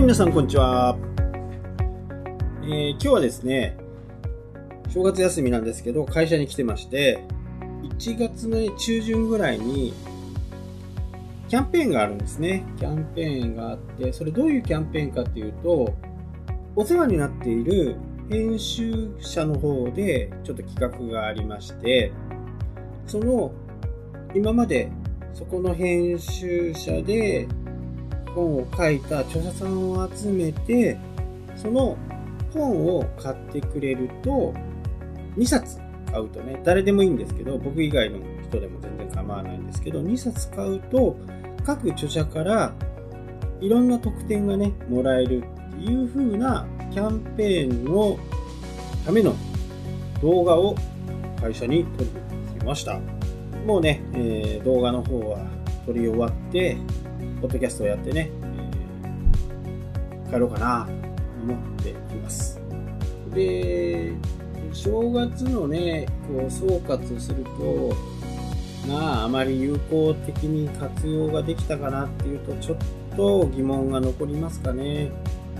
皆さんこんにちは。今日はですね、正月休みなんですけど会社に来てまして、1月の中旬ぐらいにキャンペーンがあるんですね。キャンペーンがあって、それどういうキャンペーンかっていうと、お世話になっている編集者の方でちょっと企画がありまして、その今までそこの編集者で本を書いた著者さんを集めて、その本を買ってくれると2冊買うとね、誰でもいいんですけど、僕以外の人でも全然構わないんですけど、2冊買うと各著者からいろんな特典がねもらえるっていう風なキャンペーンのための動画を会社に撮りに来ました。もうね、動画の方は撮り終わってポッドキャストをやってね、帰ろうかなと思っています。で、正月のね、こう総括すると、あまり有効的に活用ができたかなっていうと、ちょっと疑問が残りますかね。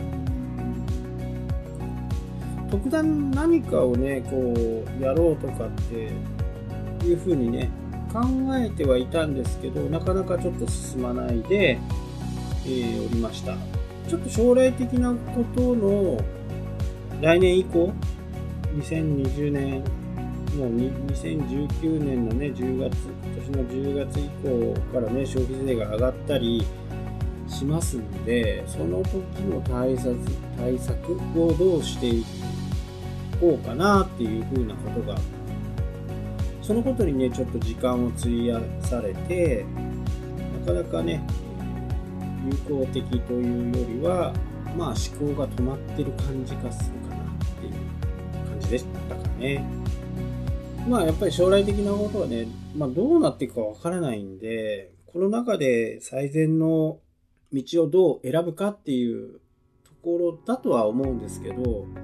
特段何かをね、こうやろうとかっていうふうにね、考えてはいたんですけど、なかなかちょっと進まないで、おりました。ちょっと将来的なことの来年以降、2020年、もう2019年のね、10月、今年の10月以降からね、消費税が上がったりしますので、その時の対策をどうしていこうかなっていうふうなことが、そのことにねちょっと時間を費やされて、なかなかね有効的というよりは思考が止まってる感じがするかなっていう感じでしたかね。やっぱり将来的なことはね、どうなっていくかわからないんで、この中で最善の道をどう選ぶかっていうところだとは思うんですけど、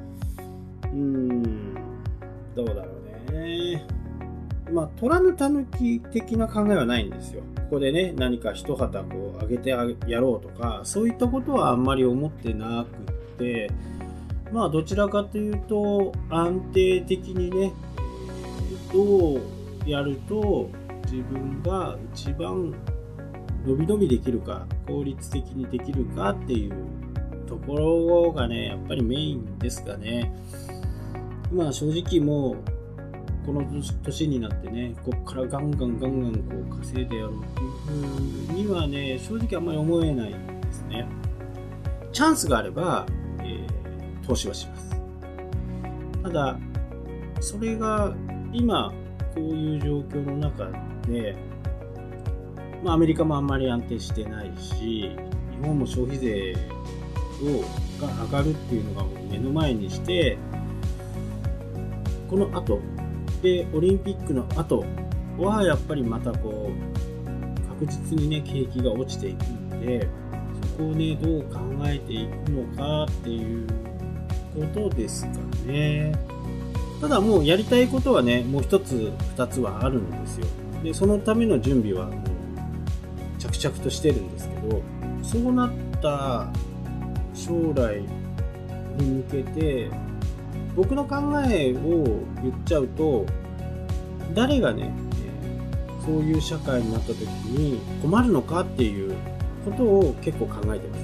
どうだろうね。取らぬたぬき的な考えはないんですよ。ここでね、何か一旗こう上げてやろうとか、そういったことはあんまり思ってなくって、どちらかというと安定的にね、どうやると自分が一番伸び伸びできるか、効率的にできるかっていうところがね、やっぱりメインですかね。正直もうこの年になってね、ここからガンガンこう稼いでやろうっていう風にはね、正直あんまり思えないんですね。チャンスがあれば、投資はします。ただそれが今こういう状況の中で、アメリカもあんまり安定してないし、日本も消費税が上がるっていうのが目の前にして、この後でオリンピックの後はやっぱりまたこう確実にね景気が落ちていくので、そこをねどう考えていくのかっていうことですかね。ただもうやりたいことはね、もう一つ二つはあるんですよ。でそのための準備はもう着々としてるんですけど、そうなった将来に向けて僕の考えを言っちゃうと、誰がね、そういう社会になった時に困るのかっていうことを結構考えてます。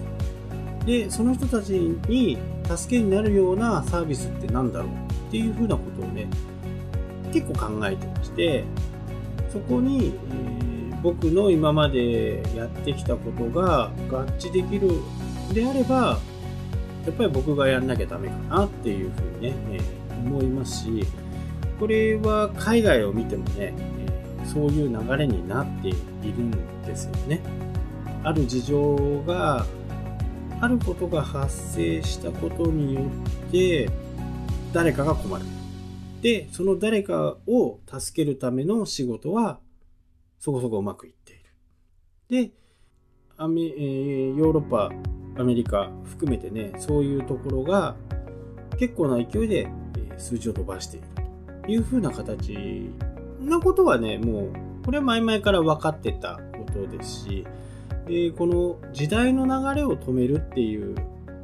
で、その人たちに助けになるようなサービスってなんだろうっていうふうなことをね、結構考えてまして、そこに、僕の今までやってきたことが合致できるであれば、やっぱり僕がやんなきゃダメかなっていうふうにね、思いますし、これは海外を見てもね、そういう流れになっているんですよね。ある事情があることが発生したことによって誰かが困る。で、その誰かを助けるための仕事はそこそこうまくいっている。で、ヨーロッパ、アメリカ含めてね、そういうところが結構な勢いで数字を伸ばしているという風な形なことはね、もうこれは前々から分かってたことですし、でこの時代の流れを止めるっていう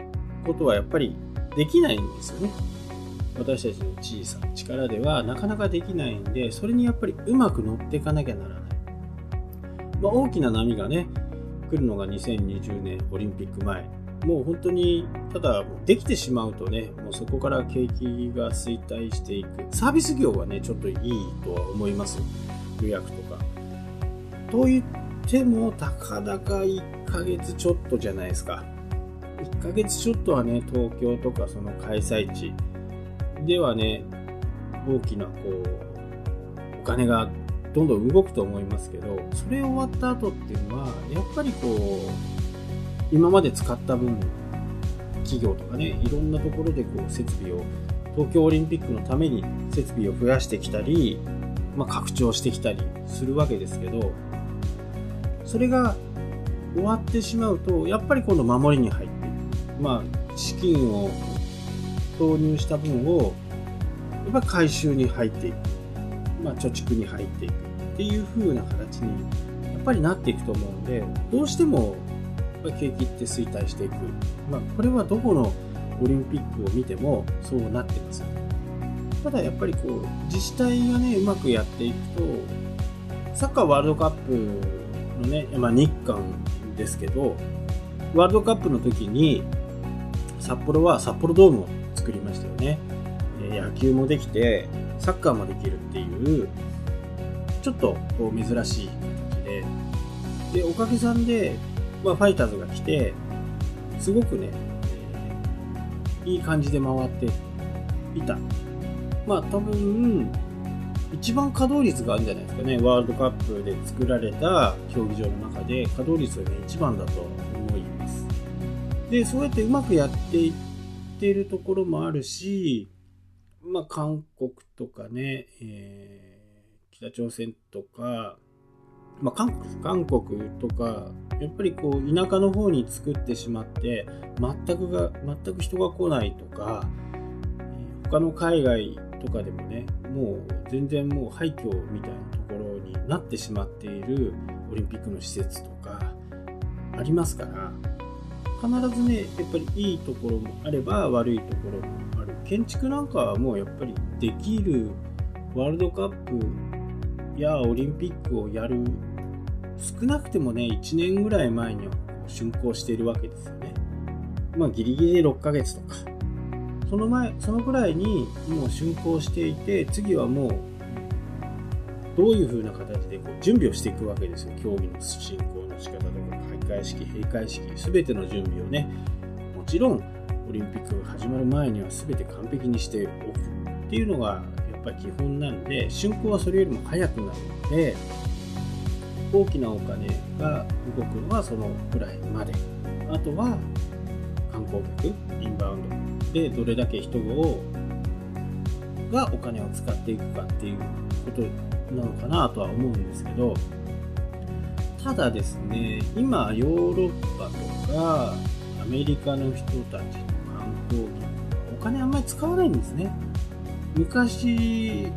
ことはやっぱりできないんですよね。私たちの小さな力ではなかなかできないんで、それにやっぱりうまく乗っていかなきゃならない。大きな波がね来るのが2020年オリンピック前、もう本当にただできてしまうとね、もうそこから景気が衰退していく。サービス業はねちょっといいとは思いますよ、予約とかと言ってもたかだか1ヶ月ちょっとじゃないですか。1ヶ月ちょっとはね、東京とかその開催地ではね、大きなお金がどんどん動くと思いますけど、それ終わった後っていうのはやっぱり今まで使った分、企業とかね、いろんなところで設備を、東京オリンピックのために設備を増やしてきたり、拡張してきたりするわけですけど、それが終わってしまうとやっぱり今度守りに入っていく。資金を投入した分をやっぱり回収に入っていく、貯蓄に入っていくっていう風な形にやっぱりなっていくと思うので、どうしてもやっぱり景気って衰退していく。これはどこのオリンピックを見てもそうなってますよね。ただやっぱり自治体がねうまくやっていくと、サッカーワールドカップのね、日韓ですけど、ワールドカップの時に札幌は札幌ドームを作りましたよね。野球もできてサッカーもできるっていうちょっと珍しい形で、おかげさんで、ファイターズが来てすごくね、いい感じで回っていた。多分一番稼働率があるんじゃないですかね。ワールドカップで作られた競技場の中で稼働率がね一番だと思います。で、そうやってうまくやっていってるところもあるし、韓国とかね、北朝鮮とか、韓国とかやっぱり田舎の方に作ってしまって全く人が来ないとか、他の海外とかでもね、もう全然もう廃墟みたいなところになってしまっているオリンピックの施設とかありますから、必ずねやっぱりいいところもあれば悪いところもある。建築なんかはもうやっぱりできる、ワールドカップやオリンピックをやる少なくてもね1年ぐらい前には竣工しているわけですよね。ギリギリで6ヶ月とかそのぐらいにもう竣工していて、次はもうどういう風な形で準備をしていくわけですよ。競技の進行の仕方とか開会式、閉会式、全ての準備をね、もちろんオリンピックが始まる前には全て完璧にしておくっていうのがやっぱり基本なんで、竣工はそれよりも早くなるので、大きなお金が動くのはそのくらいまで。あとは観光客、インバウンドでどれだけ人がお金を使っていくかっていうことなのかなとは思うんですけど、ただですね、今ヨーロッパとかアメリカの人たちの観光客はお金あんまり使わないんですね。昔、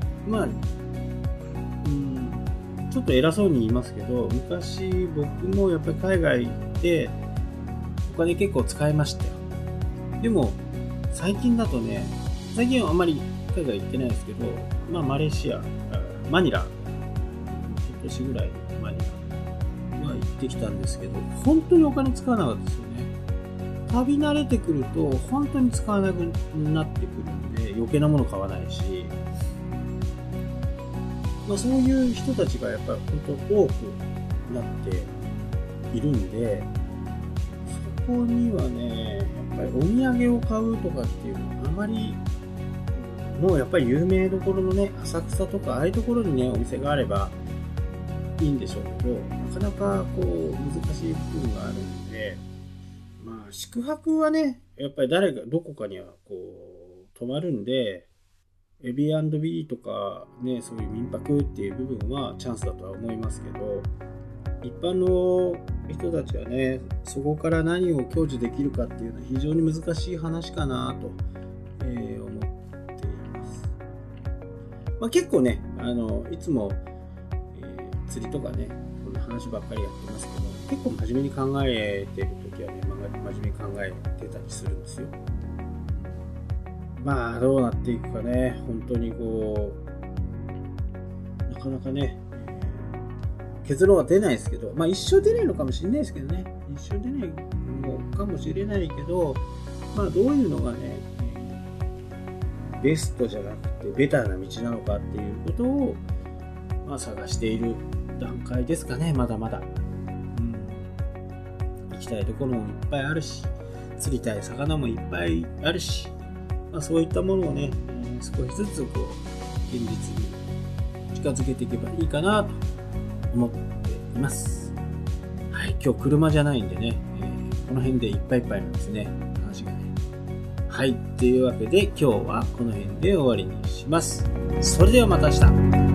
ちょっと偉そうに言いますけど、昔僕もやっぱり海外でお金結構使いましたよ。でも最近だとね、最近はあんまり海外行ってないですけど、マレーシア、マニラ、今年ぐらいのマニラは行ってきたんですけど、本当にお金使わなかったですよね。旅慣れてくると本当に使わなくなってくるんで、余計なもの買わないし、そういう人たちがやっぱり本当多くなっているんで、そこにはね、やっぱりお土産を買うとかっていうのはあまり、もうやっぱり有名どころのね、浅草とかああいうところにねお店があればいいんでしょうけど、なかなか難しい部分があるんで、宿泊はねやっぱりどこかには泊まるんで、Airbnb とかね、そういう民泊っていう部分はチャンスだとは思いますけど、一般の人たちはね、そこから何を享受できるかっていうのは非常に難しい話かなと、思っています。結構ね、いつも、釣りとかね、こんな話ばっかりやってますけど、結構真面目に考えてる時時はね、真面目に考えてたりするんですよ。まあどうなっていくかね、本当にこうなかなかね、結論は出ないですけど、まあ一生出ないのかもしれないですけどね、一生出ないのかもしれないけど、まあどういうのがね、ベストじゃなくてベターな道なのかっていうことを、まあ、探している段階ですかね、まだまだ。行きたいところもいっぱいあるし、釣りたい魚もいっぱいあるし、まあ、そういったものをね、少しずつこう現実に近づけていけばいいかなと思っています。はい、今日車じゃないんでね、この辺でいっぱいいっぱいなんですね、話がね。はい、というわけで今日はこの辺で終わりにします。それではまた明日。